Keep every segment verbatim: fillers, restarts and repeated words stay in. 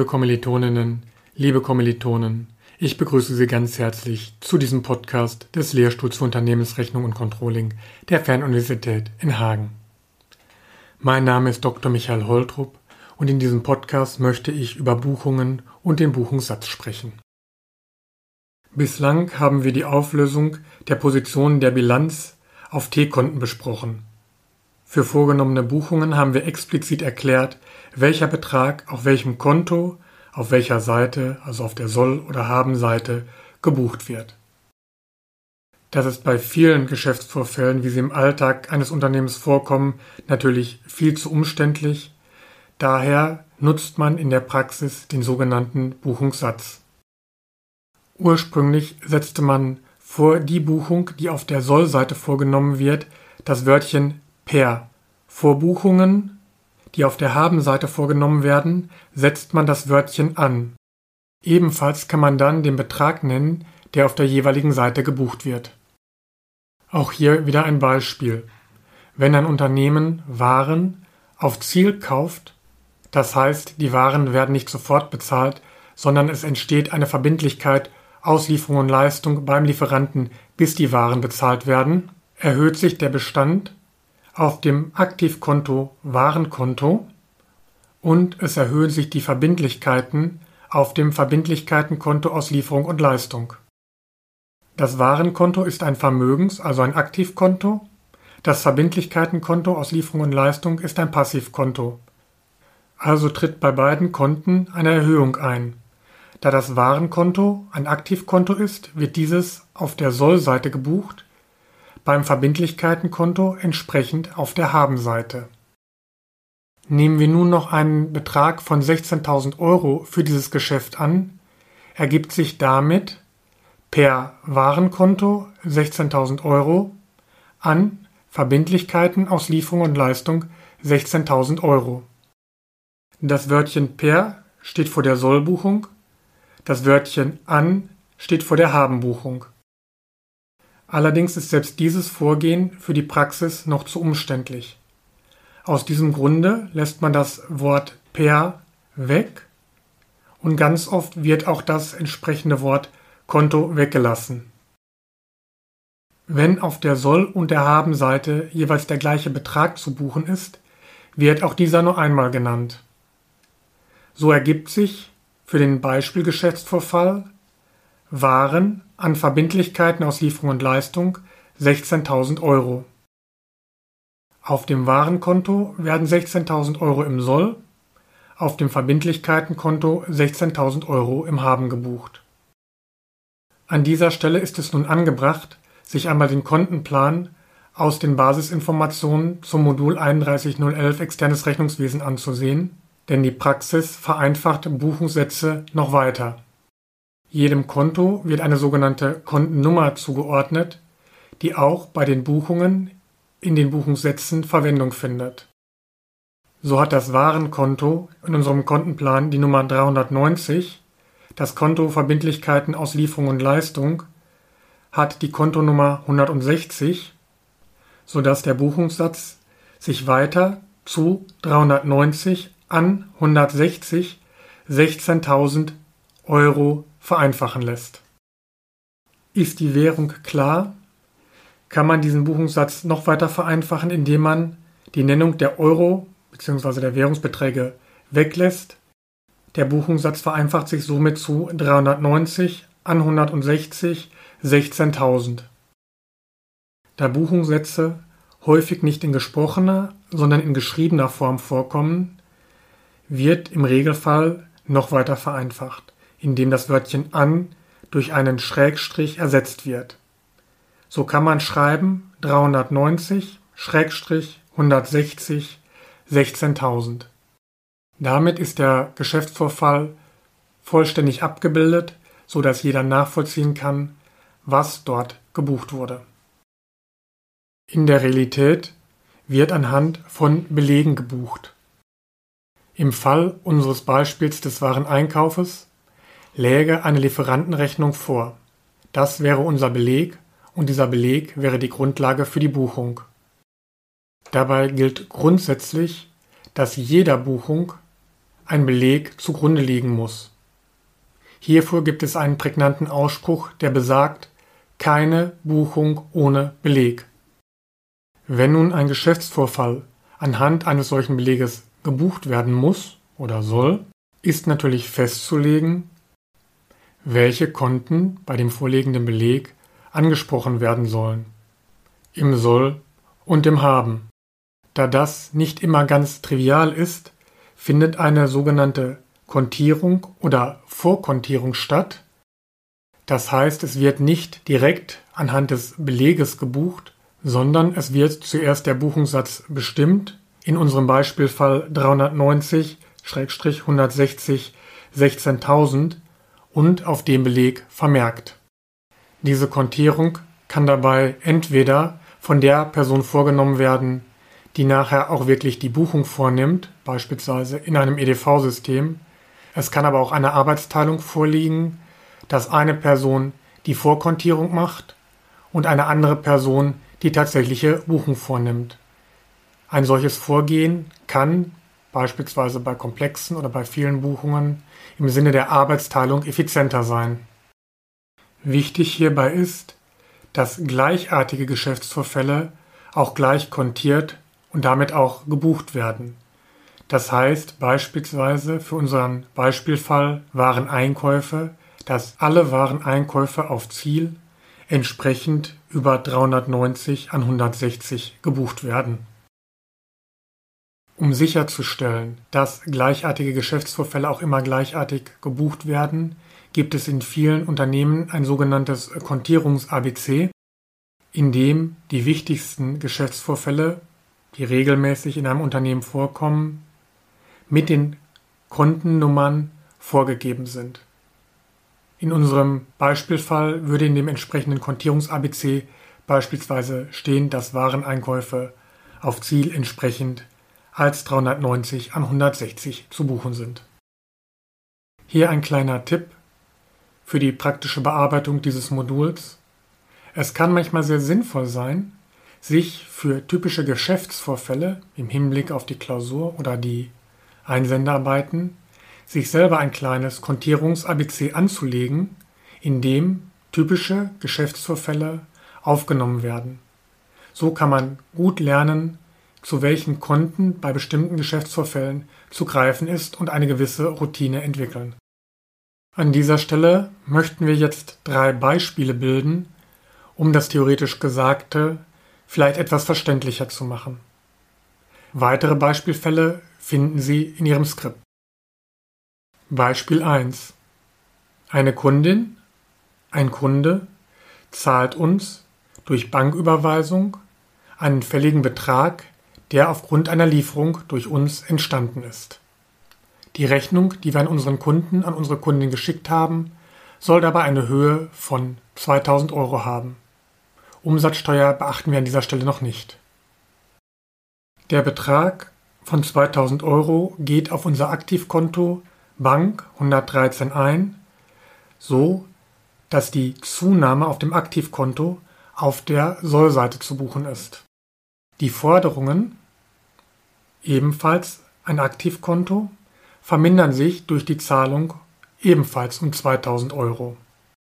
Liebe Kommilitoninnen, liebe Kommilitonen, ich begrüße Sie ganz herzlich zu diesem Podcast des Lehrstuhls für Unternehmensrechnung und Controlling der Fernuniversität in Hagen. Mein Name ist Doktor Michael Holtrup und in diesem Podcast möchte ich über Buchungen und den Buchungssatz sprechen. Bislang haben wir die Auflösung der Positionen der Bilanz auf T-Konten besprochen. Für vorgenommene Buchungen haben wir explizit erklärt, welcher Betrag auf welchem Konto, auf welcher Seite, also auf der Soll- oder Haben-Seite, gebucht wird. Das ist bei vielen Geschäftsvorfällen, wie sie im Alltag eines Unternehmens vorkommen, natürlich viel zu umständlich. Daher nutzt man in der Praxis den sogenannten Buchungssatz. Ursprünglich setzte man vor die Buchung, die auf der Soll-Seite vorgenommen wird, das Wörtchen per. Vor Buchungen, die auf der Haben-Seite vorgenommen werden, setzt man das Wörtchen an. Ebenfalls kann man dann den Betrag nennen, der auf der jeweiligen Seite gebucht wird. Auch hier wieder ein Beispiel. Wenn ein Unternehmen Waren auf Ziel kauft, das heißt, die Waren werden nicht sofort bezahlt, sondern es entsteht eine Verbindlichkeit, Auslieferung und Leistung beim Lieferanten, bis die Waren bezahlt werden, erhöht sich der Bestand auf dem Aktivkonto Warenkonto und es erhöhen sich die Verbindlichkeiten auf dem Verbindlichkeitenkonto Auslieferung und Leistung. Das Warenkonto ist ein Vermögens-, also ein Aktivkonto. Das Verbindlichkeitenkonto Auslieferung und Leistung ist ein Passivkonto. Also tritt bei beiden Konten eine Erhöhung ein. Da das Warenkonto ein Aktivkonto ist, wird dieses auf der Soll-Seite gebucht, beim Verbindlichkeitenkonto entsprechend auf der Haben-Seite. Nehmen wir nun noch einen Betrag von sechzehntausend Euro für dieses Geschäft an, ergibt sich damit per Warenkonto sechzehntausend Euro an Verbindlichkeiten aus Lieferung und Leistung sechzehntausend Euro. Das Wörtchen per steht vor der Sollbuchung, das Wörtchen an steht vor der Habenbuchung. Allerdings ist selbst dieses Vorgehen für die Praxis noch zu umständlich. Aus diesem Grunde lässt man das Wort per weg und ganz oft wird auch das entsprechende Wort Konto weggelassen. Wenn auf der Soll- und der Haben-Seite jeweils der gleiche Betrag zu buchen ist, wird auch dieser nur einmal genannt. So ergibt sich für den Beispielgeschäftsvorfall Waren an Verbindlichkeiten aus Lieferung und Leistung sechzehntausend Euro. Auf dem Warenkonto werden sechzehntausend Euro im Soll, auf dem Verbindlichkeitenkonto sechzehntausend Euro im Haben gebucht. An dieser Stelle ist es nun angebracht, sich einmal den Kontenplan aus den Basisinformationen zum Modul einunddreißig null elf Externes Rechnungswesen anzusehen, denn die Praxis vereinfacht Buchungssätze noch weiter. Jedem Konto wird eine sogenannte Kontennummer zugeordnet, die auch bei den Buchungen in den Buchungssätzen Verwendung findet. So hat das Warenkonto in unserem Kontenplan die Nummer dreihundertneunzig, das Konto Verbindlichkeiten aus Lieferung und Leistung hat die Kontonummer hundertsechzig, sodass der Buchungssatz sich weiter zu dreihundertneunzig an hundertsechzig sechzehntausend Euro vereinfachen lässt. Ist die Währung klar, kann man diesen Buchungssatz noch weiter vereinfachen, indem man die Nennung der Euro bzw. der Währungsbeträge weglässt. Der Buchungssatz vereinfacht sich somit zu dreihundertneunzig an hundertsechzig sechzehntausend. Da Buchungssätze häufig nicht in gesprochener, sondern in geschriebener Form vorkommen, wird im Regelfall noch weiter vereinfacht, indem das Wörtchen an durch einen Schrägstrich ersetzt wird. So kann man schreiben dreihundertneunzig hundertsechzig sechzehntausend. Damit ist der Geschäftsvorfall vollständig abgebildet, so dass jeder nachvollziehen kann, was dort gebucht wurde. In der Realität wird anhand von Belegen gebucht. Im Fall unseres Beispiels des Wareneinkaufes läge eine Lieferantenrechnung vor. Das wäre unser Beleg und dieser Beleg wäre die Grundlage für die Buchung. Dabei gilt grundsätzlich, dass jeder Buchung ein Beleg zugrunde liegen muss. Hierfür gibt es einen prägnanten Ausspruch, der besagt: keine Buchung ohne Beleg. Wenn nun ein Geschäftsvorfall anhand eines solchen Beleges gebucht werden muss oder soll, ist natürlich festzulegen, welche Konten bei dem vorliegenden Beleg angesprochen werden sollen, im Soll und im Haben. Da das nicht immer ganz trivial ist, findet eine sogenannte Kontierung oder Vorkontierung statt. Das heißt, es wird nicht direkt anhand des Beleges gebucht, sondern es wird zuerst der Buchungssatz bestimmt, in unserem Beispielfall dreihundertneunzig hundertsechzig sechzehntausend, und auf dem Beleg vermerkt. Diese Kontierung kann dabei entweder von der Person vorgenommen werden, die nachher auch wirklich die Buchung vornimmt, beispielsweise in einem E D V-System. Es kann aber auch eine Arbeitsteilung vorliegen, dass eine Person die Vorkontierung macht und eine andere Person die tatsächliche Buchung vornimmt. Ein solches Vorgehen kann beispielsweise bei komplexen oder bei vielen Buchungen im Sinne der Arbeitsteilung effizienter sein. Wichtig hierbei ist, dass gleichartige Geschäftsvorfälle auch gleich kontiert und damit auch gebucht werden. Das heißt beispielsweise für unseren Beispielfall Wareneinkäufe, dass alle Wareneinkäufe auf Ziel entsprechend über dreihundertneunzig an hundertsechzig gebucht werden. Um sicherzustellen, dass gleichartige Geschäftsvorfälle auch immer gleichartig gebucht werden, gibt es in vielen Unternehmen ein sogenanntes Kontierungs-A B C, in dem die wichtigsten Geschäftsvorfälle, die regelmäßig in einem Unternehmen vorkommen, mit den Kontennummern vorgegeben sind. In unserem Beispielfall würde in dem entsprechenden Kontierungs-A B C beispielsweise stehen, dass Wareneinkäufe auf Ziel entsprechend als dreihundertneunzig an hundertsechzig zu buchen sind. Hier ein kleiner Tipp für die praktische Bearbeitung dieses Moduls. Es kann manchmal sehr sinnvoll sein, sich für typische Geschäftsvorfälle im Hinblick auf die Klausur oder die Einsendearbeiten sich selber ein kleines Kontierungs-A B C anzulegen, in dem typische Geschäftsvorfälle aufgenommen werden. So kann man gut lernen, zu welchen Konten bei bestimmten Geschäftsvorfällen zu greifen ist und eine gewisse Routine entwickeln. An dieser Stelle möchten wir jetzt drei Beispiele bilden, um das theoretisch Gesagte vielleicht etwas verständlicher zu machen. Weitere Beispielfälle finden Sie in Ihrem Skript. Beispiel eins. Eine Kundin, ein Kunde zahlt uns durch Banküberweisung einen fälligen Betrag, der aufgrund einer Lieferung durch uns entstanden ist. Die Rechnung, die wir an unseren Kunden, an unsere Kundin geschickt haben, soll dabei eine Höhe von zweitausend Euro haben. Umsatzsteuer beachten wir an dieser Stelle noch nicht. Der Betrag von zweitausend Euro geht auf unser Aktivkonto Bank hundertdreizehn ein, so dass die Zunahme auf dem Aktivkonto auf der Sollseite zu buchen ist. Die Forderungen, ebenfalls ein Aktivkonto, vermindern sich durch die Zahlung ebenfalls um zweitausend Euro.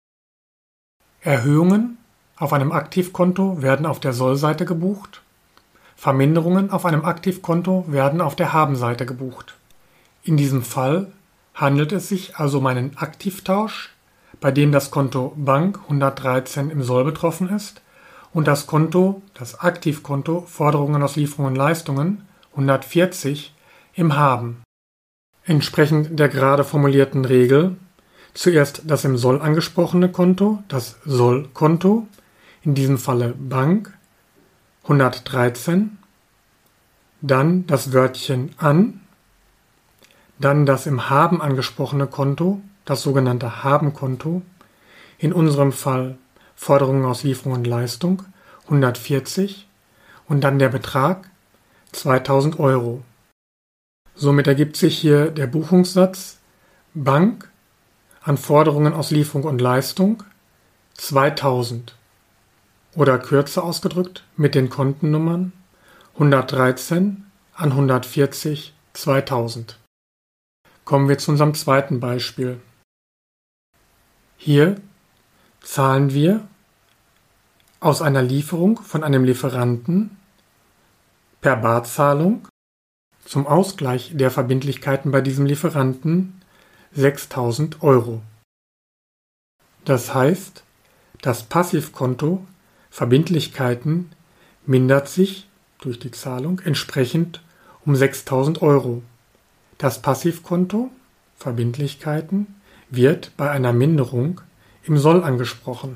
Erhöhungen auf einem Aktivkonto werden auf der Sollseite gebucht, Verminderungen auf einem Aktivkonto werden auf der Habenseite gebucht. In diesem Fall handelt es sich also um einen Aktivtausch, bei dem das Konto Bank hundertdreizehn im Soll betroffen ist und das Konto, das Aktivkonto Forderungen aus Lieferungen und Leistungen hundertvierzig im Haben. Entsprechend der gerade formulierten Regel zuerst das im Soll angesprochene Konto, das Sollkonto, in diesem Falle Bank hundertdreizehn, dann das Wörtchen an, dann das im Haben angesprochene Konto, das sogenannte Habenkonto, in unserem Fall Forderungen aus Lieferung und Leistung hundertvierzig und dann der Betrag zweitausend Euro. Somit ergibt sich hier der Buchungssatz Bank an Forderungen aus Lieferung und Leistung zweitausend oder kürzer ausgedrückt mit den Kontennummern hundertdreizehn an hundertvierzig zweitausend. Kommen wir zu unserem zweiten Beispiel. Hier zahlen wir aus einer Lieferung von einem Lieferanten per Barzahlung zum Ausgleich der Verbindlichkeiten bei diesem Lieferanten sechstausend Euro. Das heißt, das Passivkonto Verbindlichkeiten mindert sich durch die Zahlung entsprechend um sechstausend Euro. Das Passivkonto Verbindlichkeiten wird bei einer Minderung im Soll angesprochen.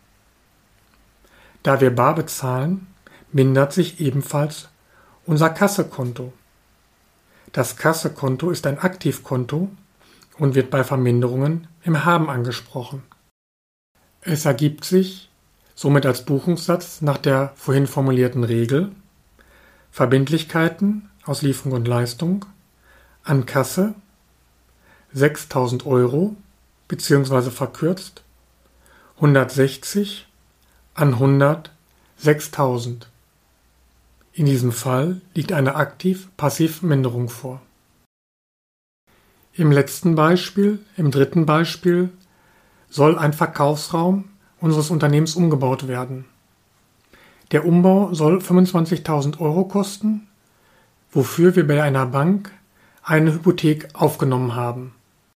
Da wir bar bezahlen, mindert sich ebenfalls unser Kassekonto. Das Kassekonto ist ein Aktivkonto und wird bei Verminderungen im Haben angesprochen. Es ergibt sich somit als Buchungssatz nach der vorhin formulierten Regel Verbindlichkeiten aus Lieferung und Leistung an Kasse sechstausend Euro bzw. verkürzt hundertsechzig an hundert sechstausend. In diesem Fall liegt eine Aktiv-Passiv-Minderung vor. Im letzten Beispiel, im dritten Beispiel, soll ein Verkaufsraum unseres Unternehmens umgebaut werden. Der Umbau soll fünfundzwanzigtausend Euro kosten, wofür wir bei einer Bank eine Hypothek aufgenommen haben.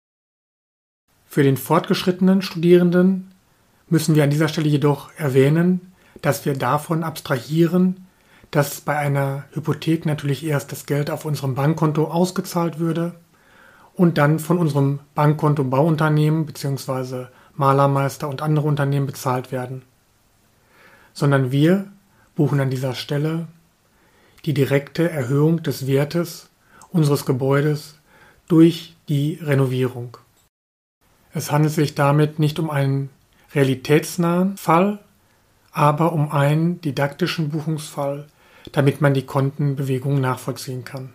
Für den fortgeschrittenen Studierenden müssen wir an dieser Stelle jedoch erwähnen, dass wir davon abstrahieren, dass bei einer Hypothek natürlich erst das Geld auf unserem Bankkonto ausgezahlt würde und dann von unserem Bankkonto Bauunternehmen bzw. Malermeister und andere Unternehmen bezahlt werden. Sondern wir buchen an dieser Stelle die direkte Erhöhung des Wertes unseres Gebäudes durch die Renovierung. Es handelt sich damit nicht um einen realitätsnahen Fall, aber um einen didaktischen Buchungsfall, damit man die Kontenbewegungen nachvollziehen kann.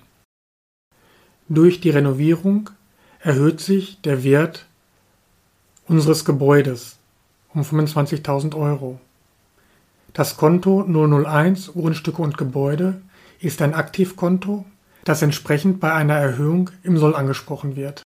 Durch die Renovierung erhöht sich der Wert unseres Gebäudes um fünfundzwanzigtausend Euro. Das Konto null null eins Grundstücke und Gebäude ist ein Aktivkonto, das entsprechend bei einer Erhöhung im Soll angesprochen wird.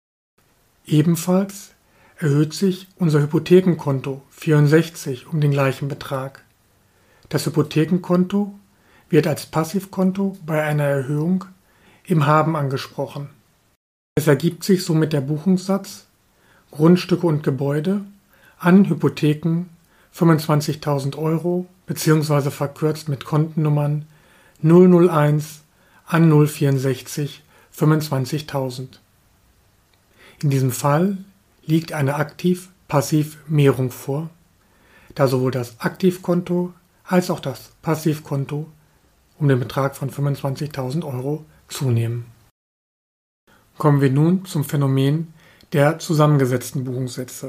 Ebenfalls erhöht sich unser Hypothekenkonto vierundsechzig um den gleichen Betrag. Das Hypothekenkonto wird als Passivkonto bei einer Erhöhung im Haben angesprochen. Es ergibt sich somit der Buchungssatz Grundstücke und Gebäude an Hypotheken fünfundzwanzigtausend Euro bzw. verkürzt mit Kontennummern null null eins an null vierundsechzig fünfundzwanzigtausend. In diesem Fall liegt eine Aktiv-Passiv-Mehrung vor, da sowohl das Aktivkonto als auch das Passivkonto um den Betrag von fünfundzwanzigtausend Euro zunehmen. Kommen wir nun zum Phänomen der zusammengesetzten Buchungssätze.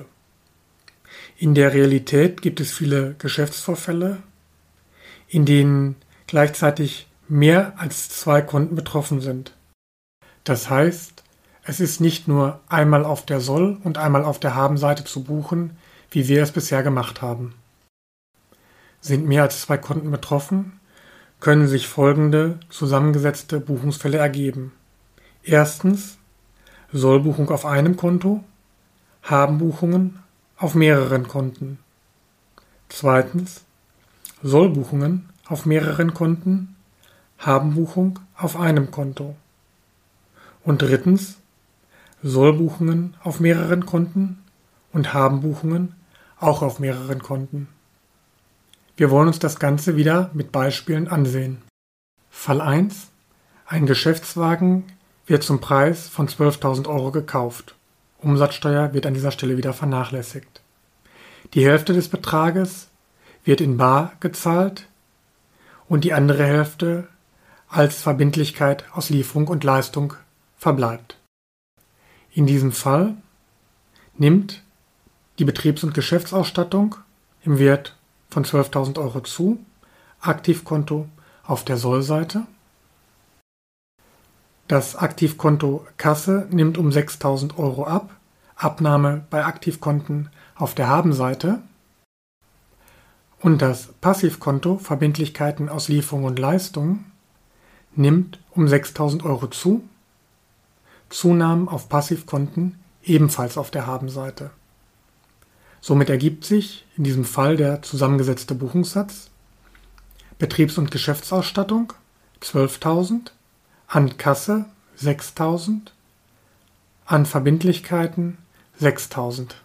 In der Realität gibt es viele Geschäftsvorfälle, in denen gleichzeitig mehr als zwei Konten betroffen sind. Das heißt, es ist nicht nur einmal auf der Soll- und einmal auf der Haben-Seite zu buchen, wie wir es bisher gemacht haben. Sind mehr als zwei Konten betroffen, können sich folgende zusammengesetzte Buchungsfälle ergeben. Erstens Sollbuchung auf einem Konto, Habenbuchungen auf mehreren Konten. Zweitens Sollbuchungen auf mehreren Konten, Habenbuchung auf einem Konto. Und drittens Sollbuchungen auf mehreren Konten und Habenbuchungen auch auf mehreren Konten. Wir wollen uns das Ganze wieder mit Beispielen ansehen. Fall eins. Ein Geschäftswagen wird zum Preis von zwölftausend Euro gekauft. Umsatzsteuer wird an dieser Stelle wieder vernachlässigt. Die Hälfte des Betrages wird in bar gezahlt und die andere Hälfte als Verbindlichkeit aus Lieferung und Leistung verbleibt. In diesem Fall nimmt die Betriebs- und Geschäftsausstattung im Wert von zwölftausend Euro zu, Aktivkonto auf der Sollseite. Das Aktivkonto Kasse nimmt um sechstausend Euro ab, Abnahme bei Aktivkonten auf der Habenseite. Und das Passivkonto Verbindlichkeiten aus Lieferung und Leistung nimmt um sechstausend Euro zu, Zunahmen auf Passivkonten ebenfalls auf der Habenseite. Somit ergibt sich in diesem Fall der zusammengesetzte Buchungssatz: Betriebs- und Geschäftsausstattung zwölftausend, an Kasse sechstausend, an Verbindlichkeiten sechstausend.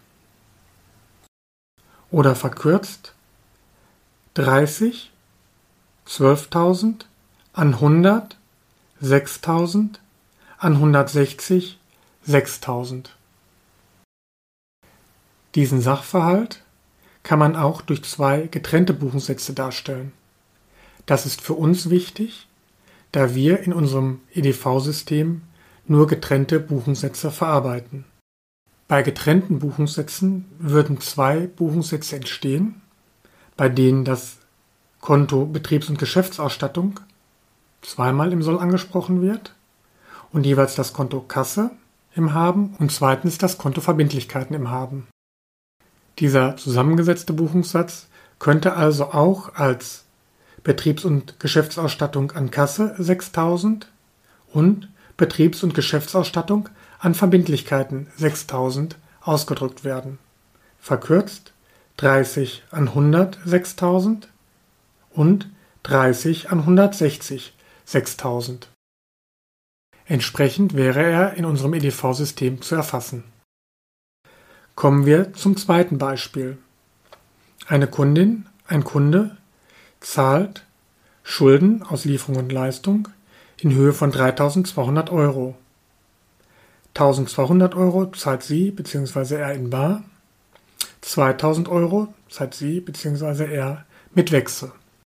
Oder verkürzt dreißig, zwölftausend, an hundert sechstausend, an hundertsechzig sechstausend. Diesen Sachverhalt kann man auch durch zwei getrennte Buchungssätze darstellen. Das ist für uns wichtig, da wir in unserem E D V-System nur getrennte Buchungssätze verarbeiten. Bei getrennten Buchungssätzen würden zwei Buchungssätze entstehen, bei denen das Konto Betriebs- und Geschäftsausstattung zweimal im Soll angesprochen wird und jeweils das Konto Kasse im Haben und zweitens das Konto Verbindlichkeiten im Haben. Dieser zusammengesetzte Buchungssatz könnte also auch als Betriebs- und Geschäftsausstattung an Kasse sechstausend und Betriebs- und Geschäftsausstattung an Verbindlichkeiten sechstausend ausgedrückt werden. Verkürzt dreißig an hundert sechstausend und dreißig an hundertsechzig sechstausend. Entsprechend wäre er in unserem E D V-System zu erfassen. Kommen wir zum zweiten Beispiel. Eine Kundin, ein Kunde zahlt Schulden aus Lieferung und Leistung in Höhe von dreitausendzweihundert Euro. eintausendzweihundert Euro zahlt sie bzw. er in bar, zweitausend Euro zahlt sie bzw. er mit Wechsel.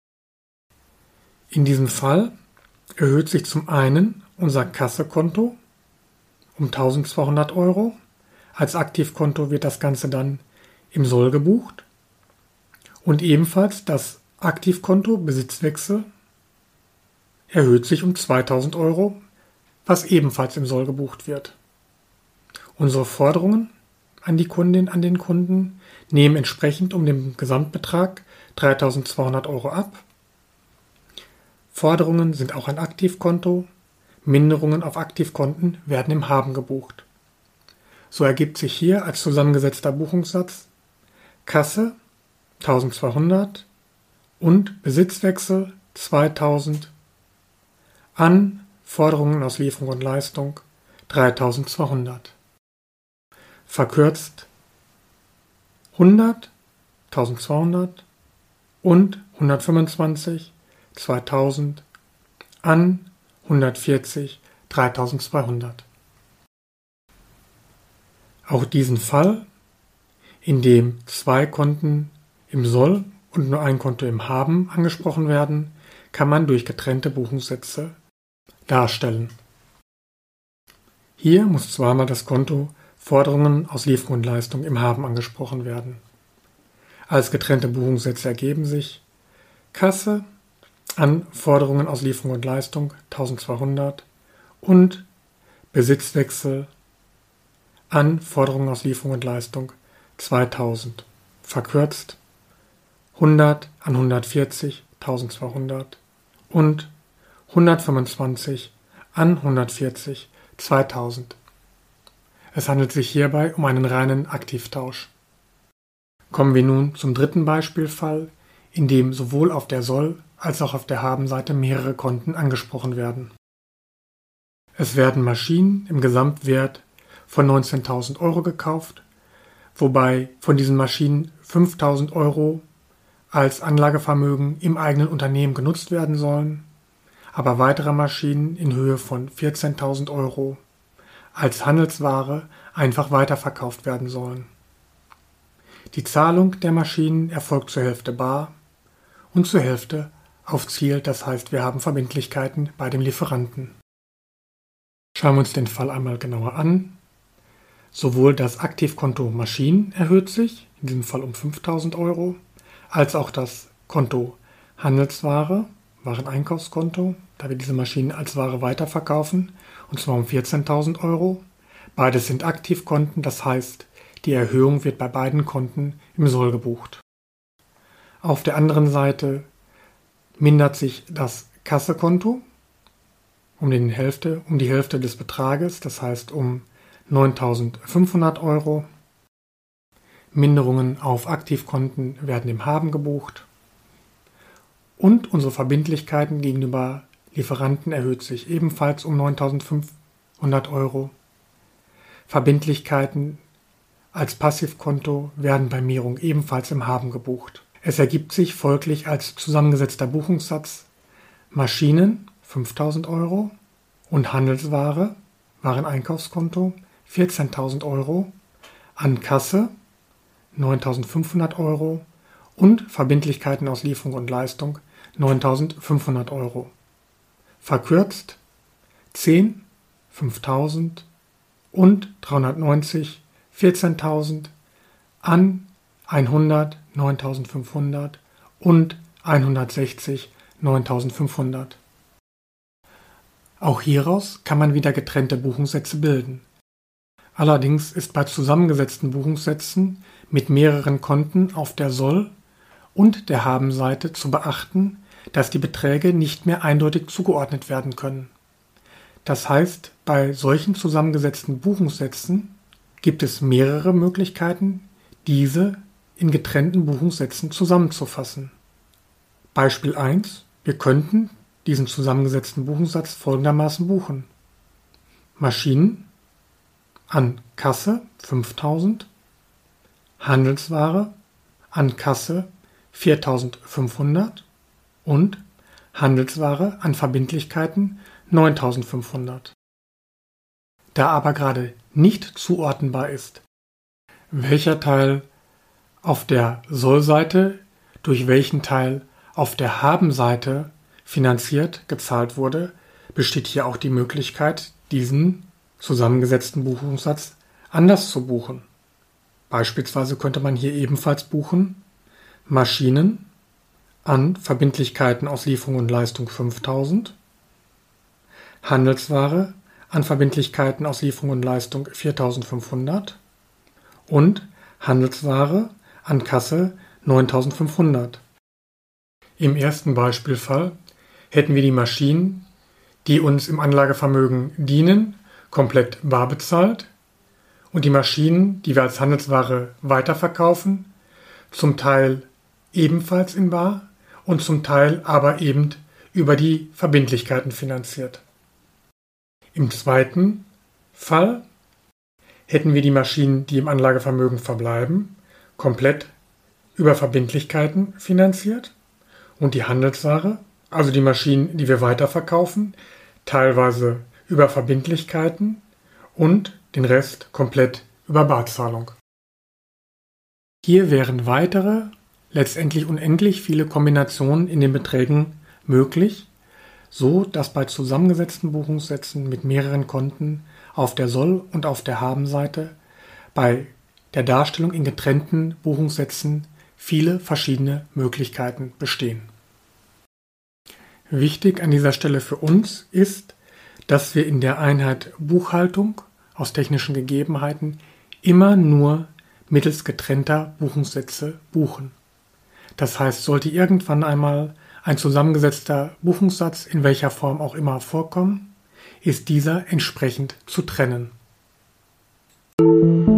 In diesem Fall erhöht sich zum einen unser Kassekonto um eintausendzweihundert Euro. Als Aktivkonto wird das Ganze dann im Soll gebucht und ebenfalls das Aktivkonto Besitzwechsel erhöht sich um zweitausend Euro, was ebenfalls im Soll gebucht wird. Unsere Forderungen an die Kundin, an den Kunden nehmen entsprechend um den Gesamtbetrag dreitausendzweihundert Euro ab. Forderungen sind auch ein Aktivkonto, Minderungen auf Aktivkonten werden im Haben gebucht. So ergibt sich hier als zusammengesetzter Buchungssatz Kasse eintausendzweihundert und Besitzwechsel zweitausend an Forderungen aus Lieferung und Leistung dreitausendzweihundert. Verkürzt hundert, eintausendzweihundert und hundertfünfundzwanzig, zweitausend an hundertvierzig, dreitausendzweihundert. Auch diesen Fall, in dem zwei Konten im Soll und nur ein Konto im Haben angesprochen werden, kann man durch getrennte Buchungssätze darstellen. Hier muss zweimal das Konto Forderungen aus Lieferung und Leistung im Haben angesprochen werden. Als getrennte Buchungssätze ergeben sich Kasse an Forderungen aus Lieferung und Leistung eintausendzweihundert und Besitzwechsel an Forderungen aus Lieferung und Leistung zweitausend. Verkürzt hundert an hundertvierzig, eintausendzweihundert und hundertfünfundzwanzig an hundertvierzig, zweitausend. Es handelt sich hierbei um einen reinen Aktivtausch. Kommen wir nun zum dritten Beispielfall, in dem sowohl auf der Soll- als auch auf der Habenseite mehrere Konten angesprochen werden. Es werden Maschinen im Gesamtwert von neunzehntausend Euro gekauft, wobei von diesen Maschinen fünftausend Euro als Anlagevermögen im eigenen Unternehmen genutzt werden sollen, aber weitere Maschinen in Höhe von vierzehntausend Euro als Handelsware einfach weiterverkauft werden sollen. Die Zahlung der Maschinen erfolgt zur Hälfte bar und zur Hälfte auf Ziel, das heißt, wir haben Verbindlichkeiten bei dem Lieferanten. Schauen wir uns den Fall einmal genauer an. Sowohl das Aktivkonto Maschinen erhöht sich, in diesem Fall um fünftausend Euro, als auch das Konto Handelsware, Wareneinkaufskonto, da wir diese Maschinen als Ware weiterverkaufen, und zwar um vierzehntausend Euro. Beides sind Aktivkonten, das heißt, die Erhöhung wird bei beiden Konten im Soll gebucht. Auf der anderen Seite mindert sich das Kassekonto, um, den Hälfte, um die Hälfte des Betrages, das heißt um neuntausendfünfhundert Euro. Minderungen auf Aktivkonten werden im Haben gebucht. Und unsere Verbindlichkeiten gegenüber Lieferanten erhöht sich ebenfalls um neuntausendfünfhundert Euro. Verbindlichkeiten als Passivkonto werden bei Mehrung ebenfalls im Haben gebucht. Es ergibt sich folglich als zusammengesetzter Buchungssatz Maschinen fünftausend Euro und Handelsware, Wareneinkaufskonto vierzehntausend Euro, an Kasse neuntausendfünfhundert Euro und Verbindlichkeiten aus Lieferung und Leistung neuntausendfünfhundert Euro. Verkürzt zehn, fünftausend und dreihundertneunzig, vierzehntausend, an hundert, neuntausendfünfhundert und hundertsechzig, neuntausendfünfhundert. Auch hieraus kann man wieder getrennte Buchungssätze bilden. Allerdings ist bei zusammengesetzten Buchungssätzen mit mehreren Konten auf der Soll- und der Haben-Seite zu beachten, dass die Beträge nicht mehr eindeutig zugeordnet werden können. Das heißt, bei solchen zusammengesetzten Buchungssätzen gibt es mehrere Möglichkeiten, diese in getrennten Buchungssätzen zusammenzufassen. Beispiel eins: Wir könnten diesen zusammengesetzten Buchungssatz folgendermaßen buchen. Maschinen an Kasse fünftausend, Handelsware an Kasse viertausendfünfhundert und Handelsware an Verbindlichkeiten neuntausendfünfhundert. Da aber gerade nicht zuordnenbar ist, welcher Teil auf der Soll-Seite durch welchen Teil auf der Haben-Seite finanziert gezahlt wurde, besteht hier auch die Möglichkeit, diesen zusammengesetzten Buchungssatz anders zu buchen. Beispielsweise könnte man hier ebenfalls buchen Maschinen an Verbindlichkeiten aus Lieferung und Leistung fünftausend, Handelsware an Verbindlichkeiten aus Lieferung und Leistung viertausendfünfhundert und Handelsware an Kasse neuntausendfünfhundert. Im ersten Beispielfall hätten wir die Maschinen, die uns im Anlagevermögen dienen, komplett bar bezahlt und die Maschinen, die wir als Handelsware weiterverkaufen, zum Teil ebenfalls in bar und zum Teil aber eben über die Verbindlichkeiten finanziert. Im zweiten Fall hätten wir die Maschinen, die im Anlagevermögen verbleiben, komplett über Verbindlichkeiten finanziert und die Handelsware, also die Maschinen, die wir weiterverkaufen, teilweise über Verbindlichkeiten und den Rest komplett über Barzahlung. Hier wären weitere, letztendlich unendlich viele Kombinationen in den Beträgen möglich, so dass bei zusammengesetzten Buchungssätzen mit mehreren Konten auf der Soll- und auf der Haben-Seite bei der Darstellung in getrennten Buchungssätzen viele verschiedene Möglichkeiten bestehen. Wichtig an dieser Stelle für uns ist, dass wir in der Einheit Buchhaltung aus technischen Gegebenheiten immer nur mittels getrennter Buchungssätze buchen. Das heißt, sollte irgendwann einmal ein zusammengesetzter Buchungssatz in welcher Form auch immer vorkommen, ist dieser entsprechend zu trennen.